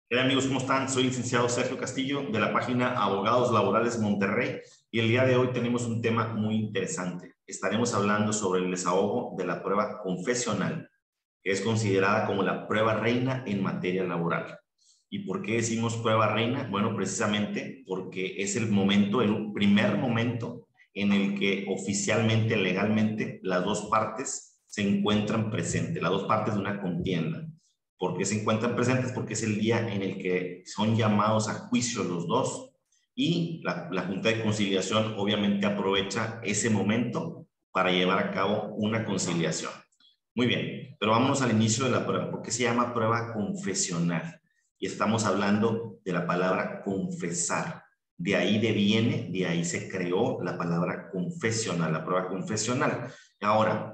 Hola amigos, ¿cómo están? Soy el licenciado Sergio Castillo de la página Abogados Laborales Monterrey y el día de hoy tenemos un tema muy interesante. Estaremos hablando sobre el desahogo de la prueba confesional, que es considerada como la prueba reina en materia laboral. ¿Y por qué decimos prueba reina? Bueno, precisamente porque es el momento, el primer momento en el que oficialmente, legalmente, las dos partes se encuentran presentes, las dos partes de una contienda. ¿Por qué se encuentran presentes? Porque es el día en el que son llamados a juicio los dos y la Junta de Conciliación obviamente aprovecha ese momento para llevar a cabo una conciliación. Muy bien, pero vámonos al inicio de la prueba. ¿Por qué se llama prueba confesional? Y estamos hablando de la palabra confesar. De ahí deviene, de ahí se creó la palabra confesional, la prueba confesional. Ahora,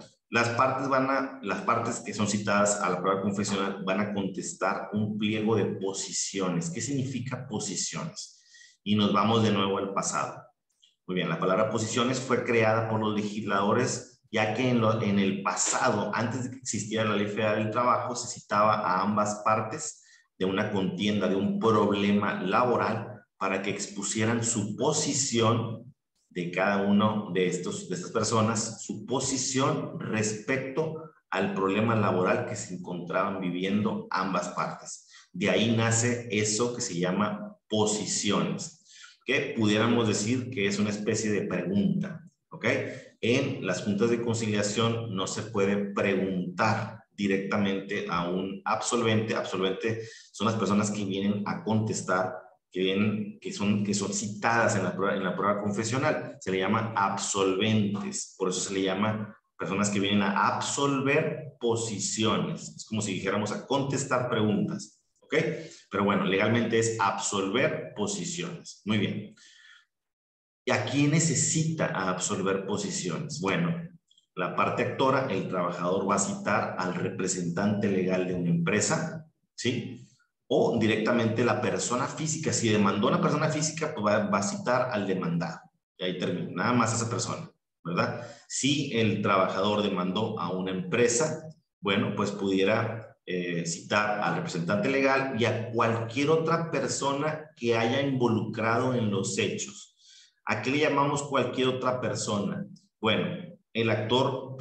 las partes que son citadas a la prueba confesional van a contestar un pliego de posiciones. ¿Qué significa posiciones? Y nos vamos de nuevo al pasado. Muy bien, la palabra posiciones fue creada por los legisladores, ya que en el pasado, antes de que existiera la Ley Federal del Trabajo, se citaba a ambas partes de una contienda, de un problema laboral, para que expusieran su posición de cada uno de estas personas, su posición respecto al problema laboral que se encontraban viviendo ambas partes. De ahí nace eso que se llama posiciones, que pudiéramos decir que es una especie de pregunta, ¿ok? En las juntas de conciliación no se puede preguntar directamente a un absolvente. Absolvente son las personas que vienen a contestar, que son citadas en la prueba confesional. Se le llama absolventes, por eso se le llama personas que vienen a absolver posiciones. Es como si dijéramos a contestar preguntas, ¿ok? Pero bueno, legalmente es absolver posiciones. Muy bien. ¿Y a quién necesita absolver posiciones? Bueno, la parte actora, el trabajador va a citar al representante legal de una empresa, ¿sí? O directamente la persona física. Si demandó a una persona física, pues va a citar al demandado. Y ahí termina, nada más esa persona, ¿verdad? Si el trabajador demandó a una empresa, bueno, pues pudiera citar al representante legal y a cualquier otra persona que haya involucrado en los hechos. ¿A qué le llamamos cualquier otra persona? Bueno, el actor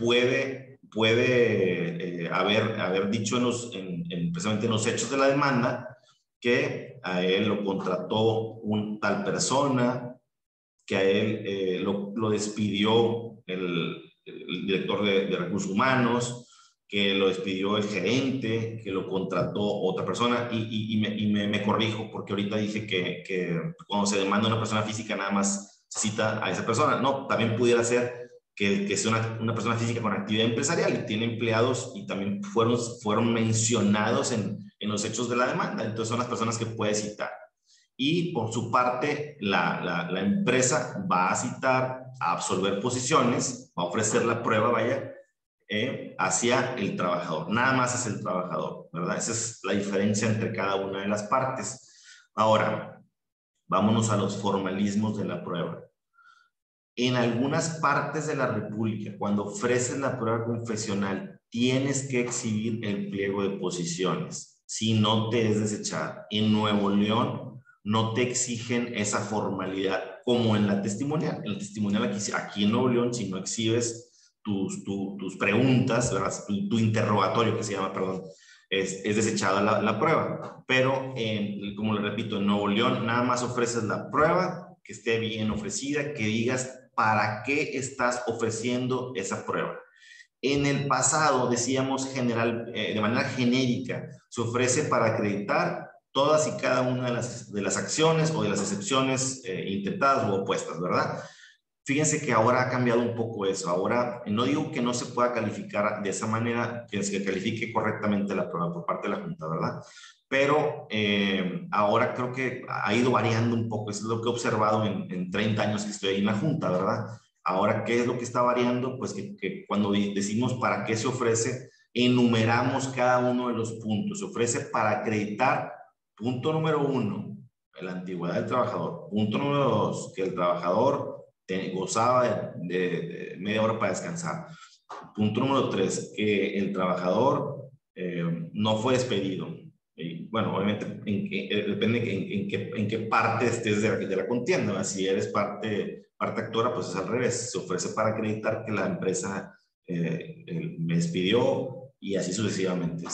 puede haber dicho precisamente en los hechos de la demanda que a él lo contrató un tal persona, que a él lo despidió el director de recursos humanos, que lo despidió el gerente, que lo contrató otra persona, y me corrijo porque ahorita dije que cuando se demanda una persona física nada más se cita a esa persona. No, también pudiera ser que sea una persona física con actividad empresarial y tiene empleados y también fueron mencionados en los hechos de la demanda. Entonces son las personas que puede citar. Y por su parte, la empresa va a citar, a absolver posiciones, va a ofrecer la prueba, vaya, hacia el trabajador. Nada más es el trabajador, ¿verdad? Esa es la diferencia entre cada una de las partes. Ahora, vámonos a los formalismos de la prueba. En algunas partes de la República, cuando ofreces la prueba confesional, tienes que exhibir el pliego de posiciones. Si no te es desechada. En Nuevo León no te exigen esa formalidad como en la testimonial. En la testimonial aquí en Nuevo León, si no exhibes tus preguntas, tu interrogatorio que se llama, perdón, es desechada la prueba. Pero, como le repito, en Nuevo León nada más ofreces la prueba, que esté bien ofrecida, que digas para qué estás ofreciendo esa prueba. En el pasado decíamos de manera genérica, se ofrece para acreditar todas y cada una de las acciones o de las excepciones intentadas o opuestas, ¿verdad? Fíjense que ahora ha cambiado un poco eso. Ahora, no digo que no se pueda calificar de esa manera, que se califique correctamente la prueba por parte de la Junta, ¿verdad? Pero ahora creo que ha ido variando un poco. Eso es lo que he observado en 30 años que estoy ahí en la Junta, ¿verdad? Ahora, ¿qué es lo que está variando? Pues que cuando decimos para qué se ofrece, enumeramos cada uno de los puntos. Se ofrece para acreditar, punto número 1, la antigüedad del trabajador. Punto número 2, que el trabajador gozaba de media hora para descansar. Punto número 3, que el trabajador no fue despedido. bueno, obviamente depende en qué parte estés de la contienda, ¿verdad? Si eres parte actora, pues es al revés, se ofrece para acreditar que la empresa me despidió y así sucesivamente.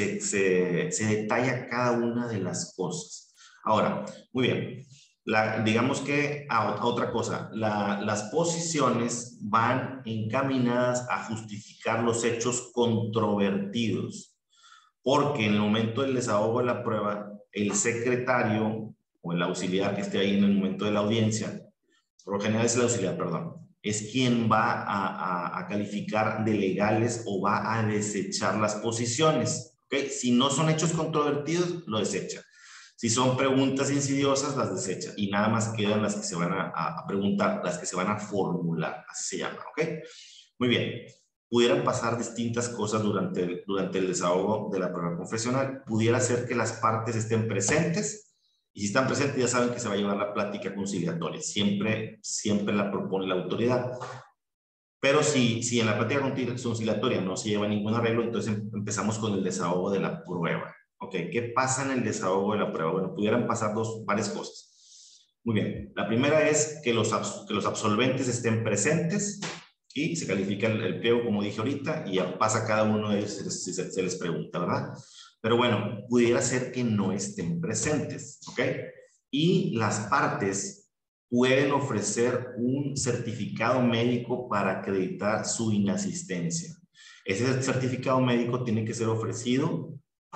Se detalla cada una de las cosas. Ahora, muy bien. Digamos que a otra cosa, las posiciones van encaminadas a justificar los hechos controvertidos, porque en el momento del desahogo de la prueba, el secretario o el auxiliar que esté ahí en el momento de la audiencia, por lo general es el auxiliar, perdón, es quien va a calificar de legales o va a desechar las posiciones. ¿Okay? Si no son hechos controvertidos, lo desecha. Si son preguntas insidiosas, las desecha. Y nada más quedan las que se van a preguntar, las que se van a formular. Así se llama. ¿Ok? Muy bien. Pudieran pasar distintas cosas durante el desahogo de la prueba confesional. Pudiera ser que las partes estén presentes. Y si están presentes, ya saben que se va a llevar la plática conciliatoria. Siempre la propone la autoridad. Pero si en la plática conciliatoria no se lleva ningún arreglo, entonces empezamos con el desahogo de la prueba. Ok, ¿qué pasa en el desahogo de la prueba? Bueno, pudieran pasar varias cosas. Muy bien, la primera es que los absolventes estén presentes y se califica el pliego, como dije ahorita, y ya pasa cada uno de ellos si se les pregunta, ¿verdad? Pero bueno, pudiera ser que no estén presentes, ¿ok? Y las partes pueden ofrecer un certificado médico para acreditar su inasistencia. Ese certificado médico tiene que ser ofrecido,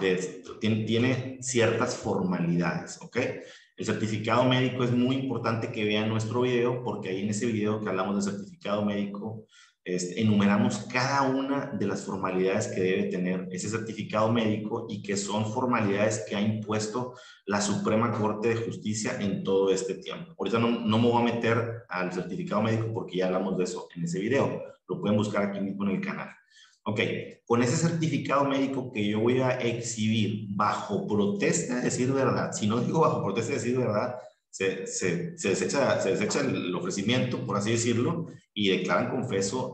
tiene ciertas formalidades, ¿ok? El certificado médico es muy importante que vean nuestro video, porque ahí en ese video que hablamos del certificado médico, enumeramos cada una de las formalidades que debe tener ese certificado médico y que son formalidades que ha impuesto la Suprema Corte de Justicia en todo este tiempo. Ahorita no me voy a meter al certificado médico porque ya hablamos de eso en ese video. Lo pueden buscar aquí mismo en el canal. Ok, con ese certificado médico que yo voy a exhibir bajo protesta de decir verdad, si no digo bajo protesta de decir verdad, se desecha el ofrecimiento, por así decirlo, y declaran confeso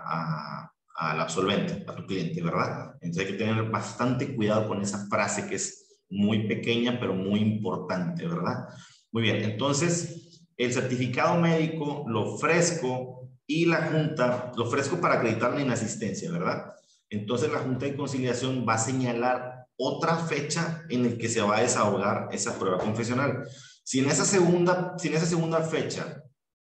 al absolvente, a tu cliente, ¿verdad? Entonces hay que tener bastante cuidado con esa frase que es muy pequeña, pero muy importante, ¿verdad? Muy bien, entonces el certificado médico lo ofrezco y la Junta, lo ofrezco para acreditar la inasistencia, ¿verdad? Entonces la Junta de Conciliación va a señalar otra fecha en la que se va a desahogar esa prueba confesional. Si en esa segunda fecha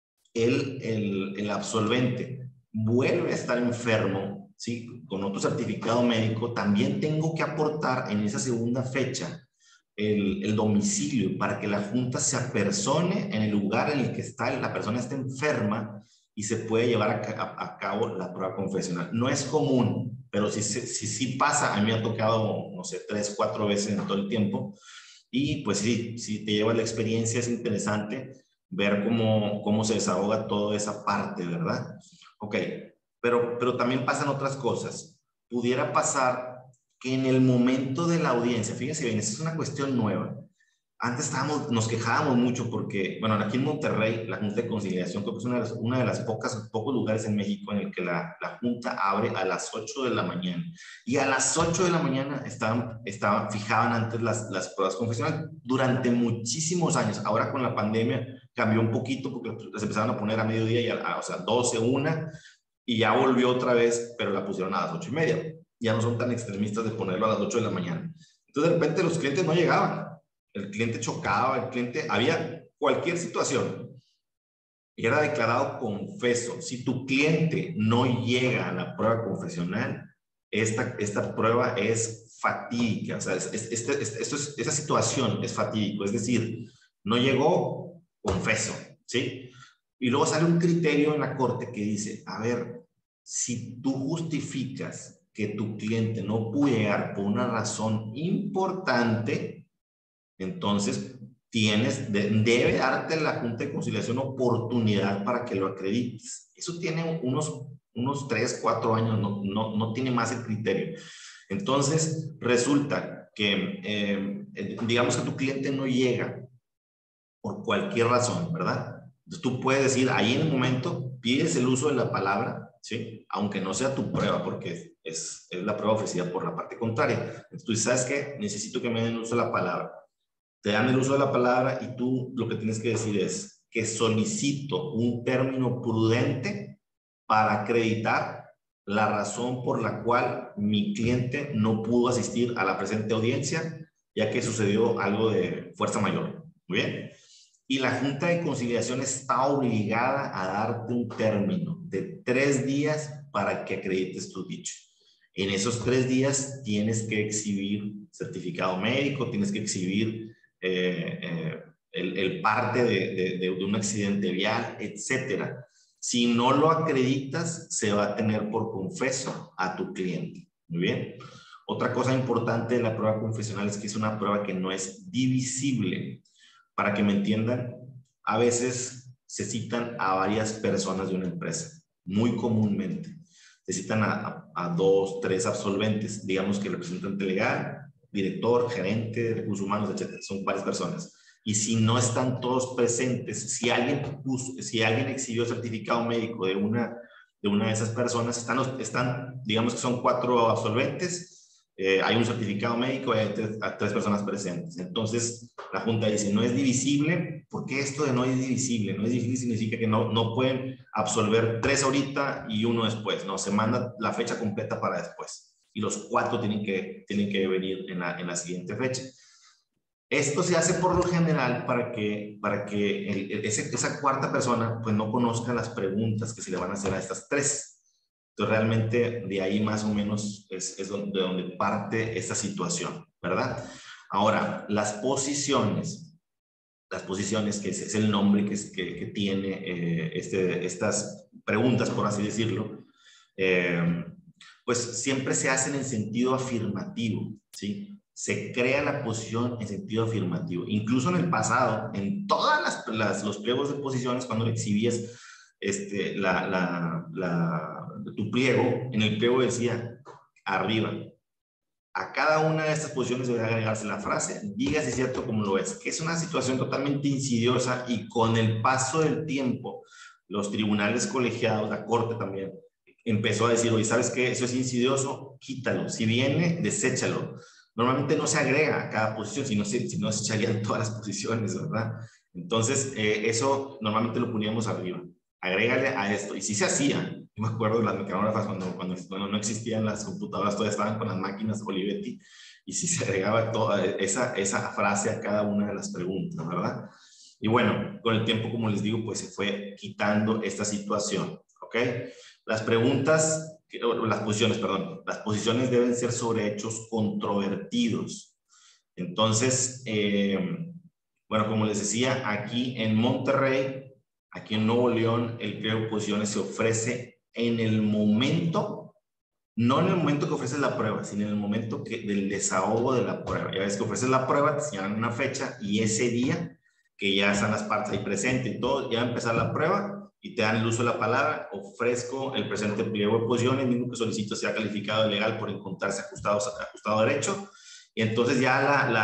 el absolvente vuelve a estar enfermo, ¿sí? Con otro certificado médico, también tengo que aportar en esa segunda fecha el domicilio para que la Junta se apersone en el lugar en el que la persona está enferma y se puede llevar a cabo la prueba confesional. No es común, pero sí pasa. A mí me ha tocado, no sé, 3, 4 veces en todo el tiempo. Y pues sí te lleva la experiencia, es interesante ver cómo se desahoga toda esa parte, ¿verdad? Ok, pero también pasan otras cosas. Pudiera pasar que en el momento de la audiencia, fíjense bien, esa es una cuestión nueva. Antes nos quejábamos mucho porque, bueno, aquí en Monterrey, la Junta de Conciliación creo que es una de las pocos lugares en México en el que la Junta abre a las 8 de la mañana. Y a las 8 de la mañana fijaban antes las pruebas confesionales durante muchísimos años. Ahora con la pandemia cambió un poquito porque las empezaron a poner a mediodía, y o sea, 12, 1, y ya volvió otra vez, pero la pusieron a las 8:30. Ya no son tan extremistas de ponerlo a las 8 de la mañana. Entonces de repente los clientes no llegaban. El cliente chocaba, había cualquier situación. Era declarado confeso. Si tu cliente no llega a la prueba confesional, esta prueba es fatídica. O sea, esa situación es fatídico. Es decir, no llegó, confeso, ¿sí? Y luego sale un criterio en la corte que dice, a ver, si tú justificas que tu cliente no pudo llegar por una razón importante, entonces debe darte la Junta de Conciliación oportunidad para que lo acredites. Eso tiene unos 3, 4 años, no tiene más el criterio. Entonces, resulta que, digamos que tu cliente no llega por cualquier razón, ¿verdad? Entonces tú puedes decir, ahí en el momento, pides el uso de la palabra, ¿sí? Aunque no sea tu prueba, porque es la prueba ofrecida por la parte contraria. Entonces tú dices, ¿sabes qué? Necesito que me den el uso de la palabra. Te dan el uso de la palabra y tú lo que tienes que decir es que solicito un término prudente para acreditar la razón por la cual mi cliente no pudo asistir a la presente audiencia, ya que sucedió algo de fuerza mayor. Muy bien. Y la Junta de Conciliación está obligada a darte un término de 3 días para que acredites tu dicho. En esos 3 días tienes que exhibir certificado médico, tienes que exhibir el parte de un accidente vial, etcétera. Si no lo acreditas, se va a tener por confeso a tu cliente. Muy bien. Otra cosa importante de la prueba confesional es que es una prueba que no es divisible. Para que me entiendan, a veces se citan a varias personas de una empresa, muy comúnmente. Se citan a 2, 3 absolventes, digamos que representante legal, director, gerente de recursos humanos, etc. Son varias personas. Y si no están todos presentes, si alguien exhibió certificado médico de una de esas personas, están digamos que son 4 absolventes, hay un certificado médico, hay 3 personas presentes. Entonces, la Junta dice, no es divisible. ¿Por qué esto de no es divisible? No es divisible significa que no pueden absolver 3 ahorita y 1 después. No, se manda la fecha completa para después. Y los 4 tienen que venir en la siguiente fecha. Esto se hace por lo general para que esa cuarta persona pues no conozca las preguntas que se le van a hacer a estas 3. Entonces, realmente de ahí más o menos es de donde parte esta situación, ¿verdad? Ahora, las posiciones, que es el nombre que tiene estas preguntas, por así decirlo, pues siempre se hacen en sentido afirmativo, ¿sí? Se crea la posición en sentido afirmativo. Incluso en el pasado, en todas los pliegos de posiciones, cuando le exhibías tu pliego, en el pliego decía arriba, a cada una de estas posiciones debe agregarse la frase, diga si es cierto como lo es, que es una situación totalmente insidiosa y con el paso del tiempo, los tribunales colegiados, la corte también, empezó a decir, oye, ¿sabes qué? Eso es insidioso, quítalo. Si viene, deséchalo. Normalmente no se agrega a cada posición, si no se echarían todas las posiciones, ¿verdad? Entonces, eso normalmente lo poníamos arriba. Agrégale a esto. Y sí se hacía. Yo me acuerdo de las mecanógrafas cuando no existían las computadoras, todavía estaban con las máquinas Olivetti, y sí se agregaba toda esa frase a cada una de las preguntas, ¿verdad? Y bueno, con el tiempo, como les digo, pues se fue quitando esta situación, ¿ok? Las posiciones deben ser sobre hechos controvertidos. Entonces, bueno, como les decía, aquí en Monterrey, aquí en Nuevo León, el pliego de posiciones se ofrece en el momento, no en el momento que ofreces la prueba, sino en el momento del desahogo de la prueba. Ya ves que ofreces la prueba, te señalan una fecha y ese día, que ya están las partes ahí presentes y todo, ya va a empezar la prueba y te dan el uso de la palabra, ofrezco el presente pliego de posiciones, mismo que solicito sea calificado de legal por encontrarse ajustado a derecho. Y entonces ya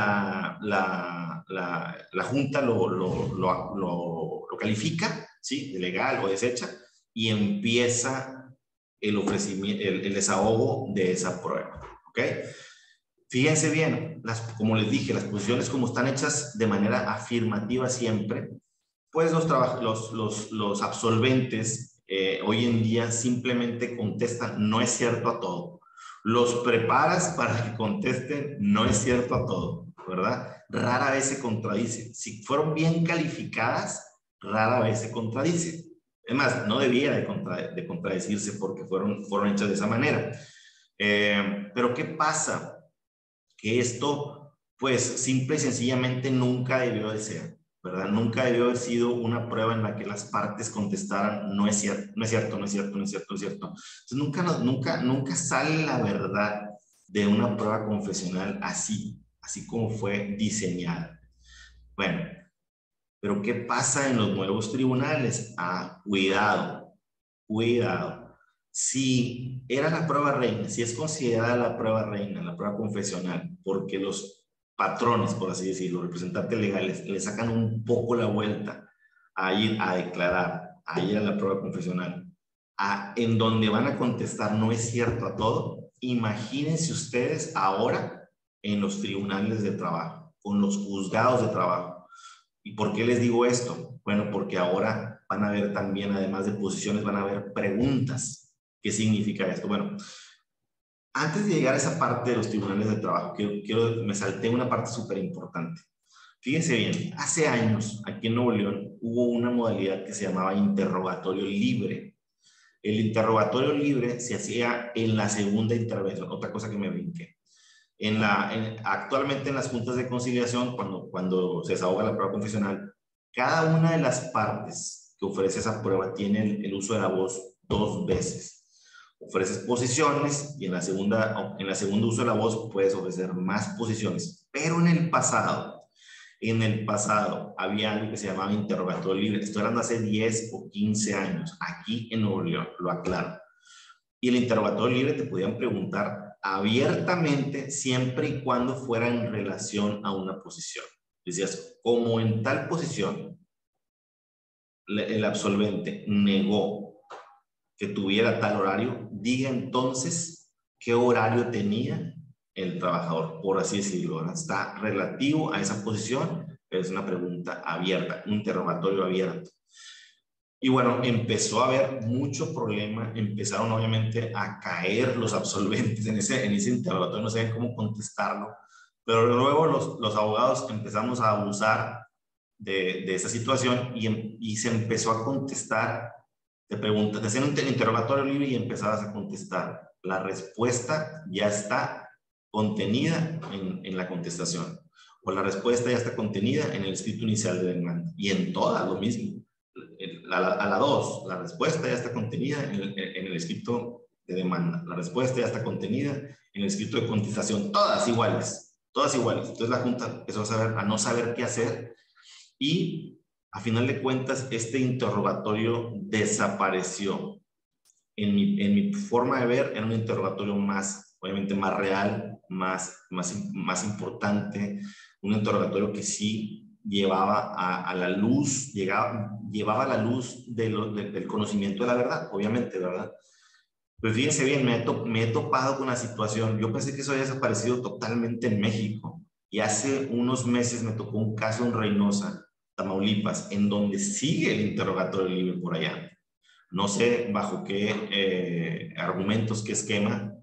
la Junta lo califica, ¿sí? De legal o desecha, y empieza el ofrecimiento, el desahogo de esa prueba, ¿ok? Fíjense bien, como les dije, las posiciones como están hechas de manera afirmativa siempre, pues los absolventes hoy en día simplemente contestan no es cierto a todo. Los preparas para que contesten no es cierto a todo, ¿verdad? Rara vez se contradicen. Si fueron bien calificadas, rara vez se contradicen. Es más, no debiera de contradecirse porque fueron hechas de esa manera. Pero ¿qué pasa? Que esto, pues, simple y sencillamente nunca debió de ser, ¿verdad? Nunca debió haber sido una prueba en la que las partes contestaran no es cierto, no es cierto, no es cierto, no es cierto, no es cierto. Entonces, nunca sale la verdad de una prueba confesional así como fue diseñada. Bueno, pero ¿qué pasa en los nuevos tribunales? Cuidado, cuidado. Si era la prueba reina, si es considerada la prueba reina, la prueba confesional, porque los patrones, por así decirlo, los representantes legales, le sacan un poco la vuelta a ir a declarar, a ir a la prueba confesional, en donde van a contestar no es cierto a todo, imagínense ustedes ahora en los tribunales de trabajo, con los juzgados de trabajo. ¿Y por qué les digo esto? Bueno, porque ahora van a haber también, además de posiciones, van a haber preguntas. ¿Qué significa esto? Bueno, antes de llegar a esa parte de los tribunales de trabajo, me salté una parte súper importante. Fíjense bien, hace años aquí en Nuevo León hubo una modalidad que se llamaba interrogatorio libre. El interrogatorio libre se hacía en la segunda intervención, otra cosa que me brinqué. Actualmente en las juntas de conciliación, cuando se desahoga la prueba confesional, cada una de las partes que ofrece esa prueba tiene el uso de la voz 2 veces. Ofreces posiciones y en la segunda uso de la voz puedes ofrecer más posiciones. Pero en el pasado había algo que se llamaba interrogatorio libre. Estoy hablando hace 10 o 15 años, aquí en Nuevo León, lo aclaro. Y el interrogatorio libre te podían preguntar abiertamente siempre y cuando fuera en relación a una posición. Decías, como en tal posición el absolvente negó que tuviera tal horario, diga entonces qué horario tenía el trabajador, por así decirlo. Está relativo a esa posición, pero es una pregunta abierta, un interrogatorio abierto. Y bueno, empezó a haber mucho problema, empezaron obviamente a caer los absolventes en ese interrogatorio, no sabían cómo contestarlo, pero luego los abogados empezamos a abusar de esa situación y se empezó a contestar, te hacían un interrogatorio libre y empezabas a contestar. La respuesta ya está contenida en la contestación, o la respuesta ya está contenida en el escrito inicial de demanda, y en todas lo mismo. A la 2, la respuesta ya está contenida en el escrito de demanda. La respuesta ya está contenida en el escrito de contestación. Todas iguales, todas iguales. Entonces la Junta empezó a no saber qué hacer y a final de cuentas este interrogatorio desapareció. En mi forma de ver, era un interrogatorio más, obviamente más real, más importante, un interrogatorio que sí llevaba a la luz, llevaba a la luz del conocimiento de la verdad, obviamente, ¿verdad? Pues fíjense bien, me he topado con una situación, yo pensé que eso había desaparecido totalmente en México, y hace unos meses me tocó un caso en Reynosa, Tamaulipas, en donde sigue el interrogatorio libre por allá. No sé bajo qué argumentos, qué esquema.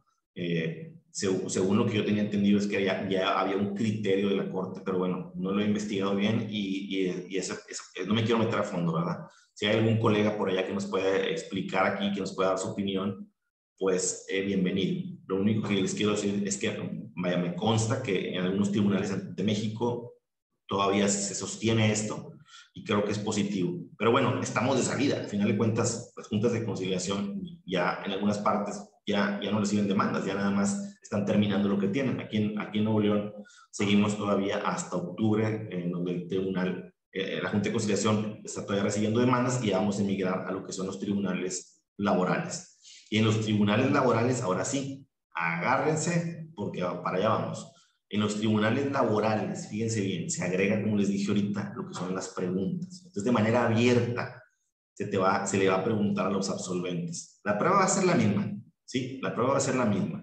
Según lo que yo tenía entendido es que ya había un criterio de la Corte, pero bueno, no lo he investigado bien y eso, no me quiero meter a fondo, ¿verdad? Si hay algún colega por allá que nos pueda explicar aquí, que nos pueda dar su opinión, pues bienvenido. Lo único que les quiero decir es que, vaya, me consta que en algunos tribunales de México todavía se sostiene esto, y creo que es positivo. Pero bueno, estamos de salida. Al final de cuentas, las juntas de conciliación ya en algunas partes ya no reciben demandas, ya nada más están terminando lo que tienen. Aquí en Nuevo León seguimos todavía hasta octubre, en donde el tribunal, la Junta de Conciliación está todavía recibiendo demandas y vamos a emigrar a lo que son los tribunales laborales. Y en los tribunales laborales, ahora sí, agárrense porque para allá vamos. En los tribunales laborales, fíjense bien, se agrega, como les dije ahorita, lo que son las preguntas. Entonces, de manera abierta, se le va a preguntar a los absolventes. La prueba va a ser la misma, ¿sí? La prueba va a ser la misma.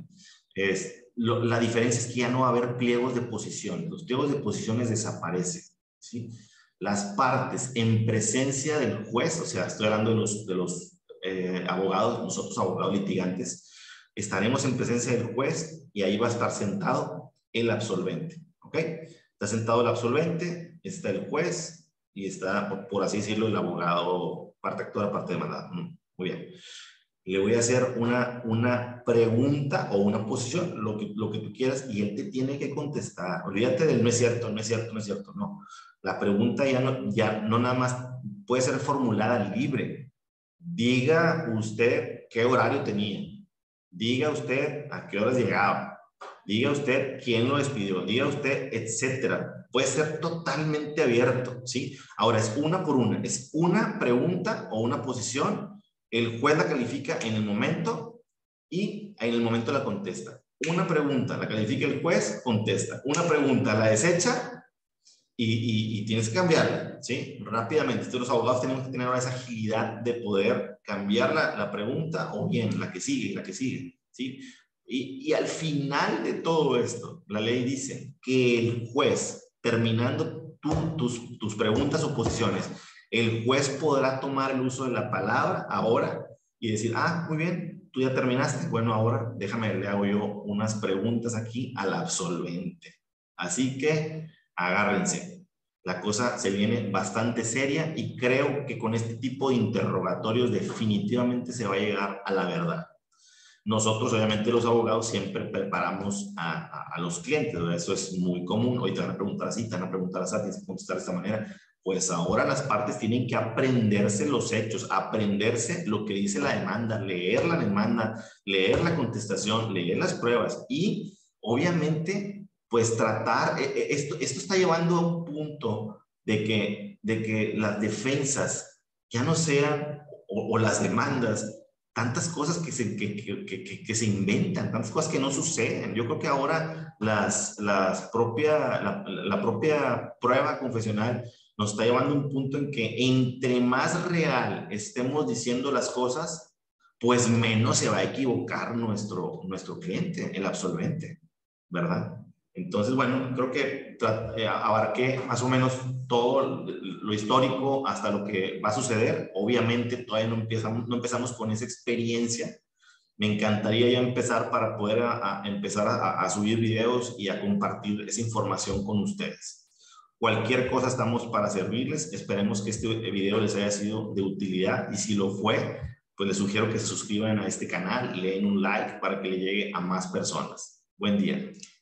La diferencia es que ya no va a haber pliegos de posición. Los pliegos de posiciones desaparecen, ¿sí? Las partes en presencia del juez, o sea, estoy hablando de los abogados, nosotros abogados litigantes, estaremos en presencia del juez y ahí va a estar sentado el absolvente, ¿ok? Está sentado el absolvente, está el juez y está, por así decirlo, el abogado, parte actora, parte demandada. Muy bien. Le voy a hacer una pregunta o una posición, lo que tú quieras, y él te tiene que contestar. Olvídate del no es cierto, no es cierto, no es cierto, no. La pregunta ya no nada más puede ser formulada libre. Diga usted qué horario tenía. Diga usted a qué horas llegaba. Diga usted quién lo despidió, diga usted, etcétera. Puede ser totalmente abierto, ¿sí? Ahora es una por una, es una pregunta o una posición. El juez la califica en el momento y en el momento la contesta. Una pregunta la califica el juez, contesta. Una pregunta la desecha y tienes que cambiarla, ¿sí? Rápidamente. Entonces, los abogados tenemos que tener ahora esa agilidad de poder cambiar la pregunta o bien la que sigue, ¿sí? Y al final de todo esto, la ley dice que el juez, terminando tus preguntas o posiciones, el juez podrá tomar el uso de la palabra ahora y decir, ah, muy bien, tú ya terminaste, bueno, ahora déjame, le hago yo unas preguntas aquí al absolvente. Así que agárrense. La cosa se viene bastante seria y creo que con este tipo de interrogatorios definitivamente se va a llegar a la verdad. Nosotros, obviamente, los abogados siempre preparamos a los clientes, ¿verdad? Eso es muy común. Hoy te van a preguntar así, te van a preguntar así, tienes que contestar de esta manera. Pues ahora las partes tienen que aprenderse los hechos, aprenderse lo que dice la demanda, leer la contestación, leer las pruebas y, obviamente, pues tratar, esto está llevando a un punto de que las defensas ya no sean, o las demandas, tantas cosas que se inventan, tantas cosas que no suceden. Yo creo que ahora la propia prueba confesional nos está llevando a un punto en que entre más real estemos diciendo las cosas, pues menos se va a equivocar nuestro cliente, el absolvente, ¿verdad? Entonces, bueno, creo que abarqué más o menos todo lo histórico hasta lo que va a suceder. Obviamente todavía no empezamos con esa experiencia. Me encantaría ya empezar para poder empezar a subir videos y a compartir esa información con ustedes. Cualquier cosa estamos para servirles. Esperemos que este video les haya sido de utilidad y si lo fue, pues les sugiero que se suscriban a este canal y le den un like para que le llegue a más personas. Buen día.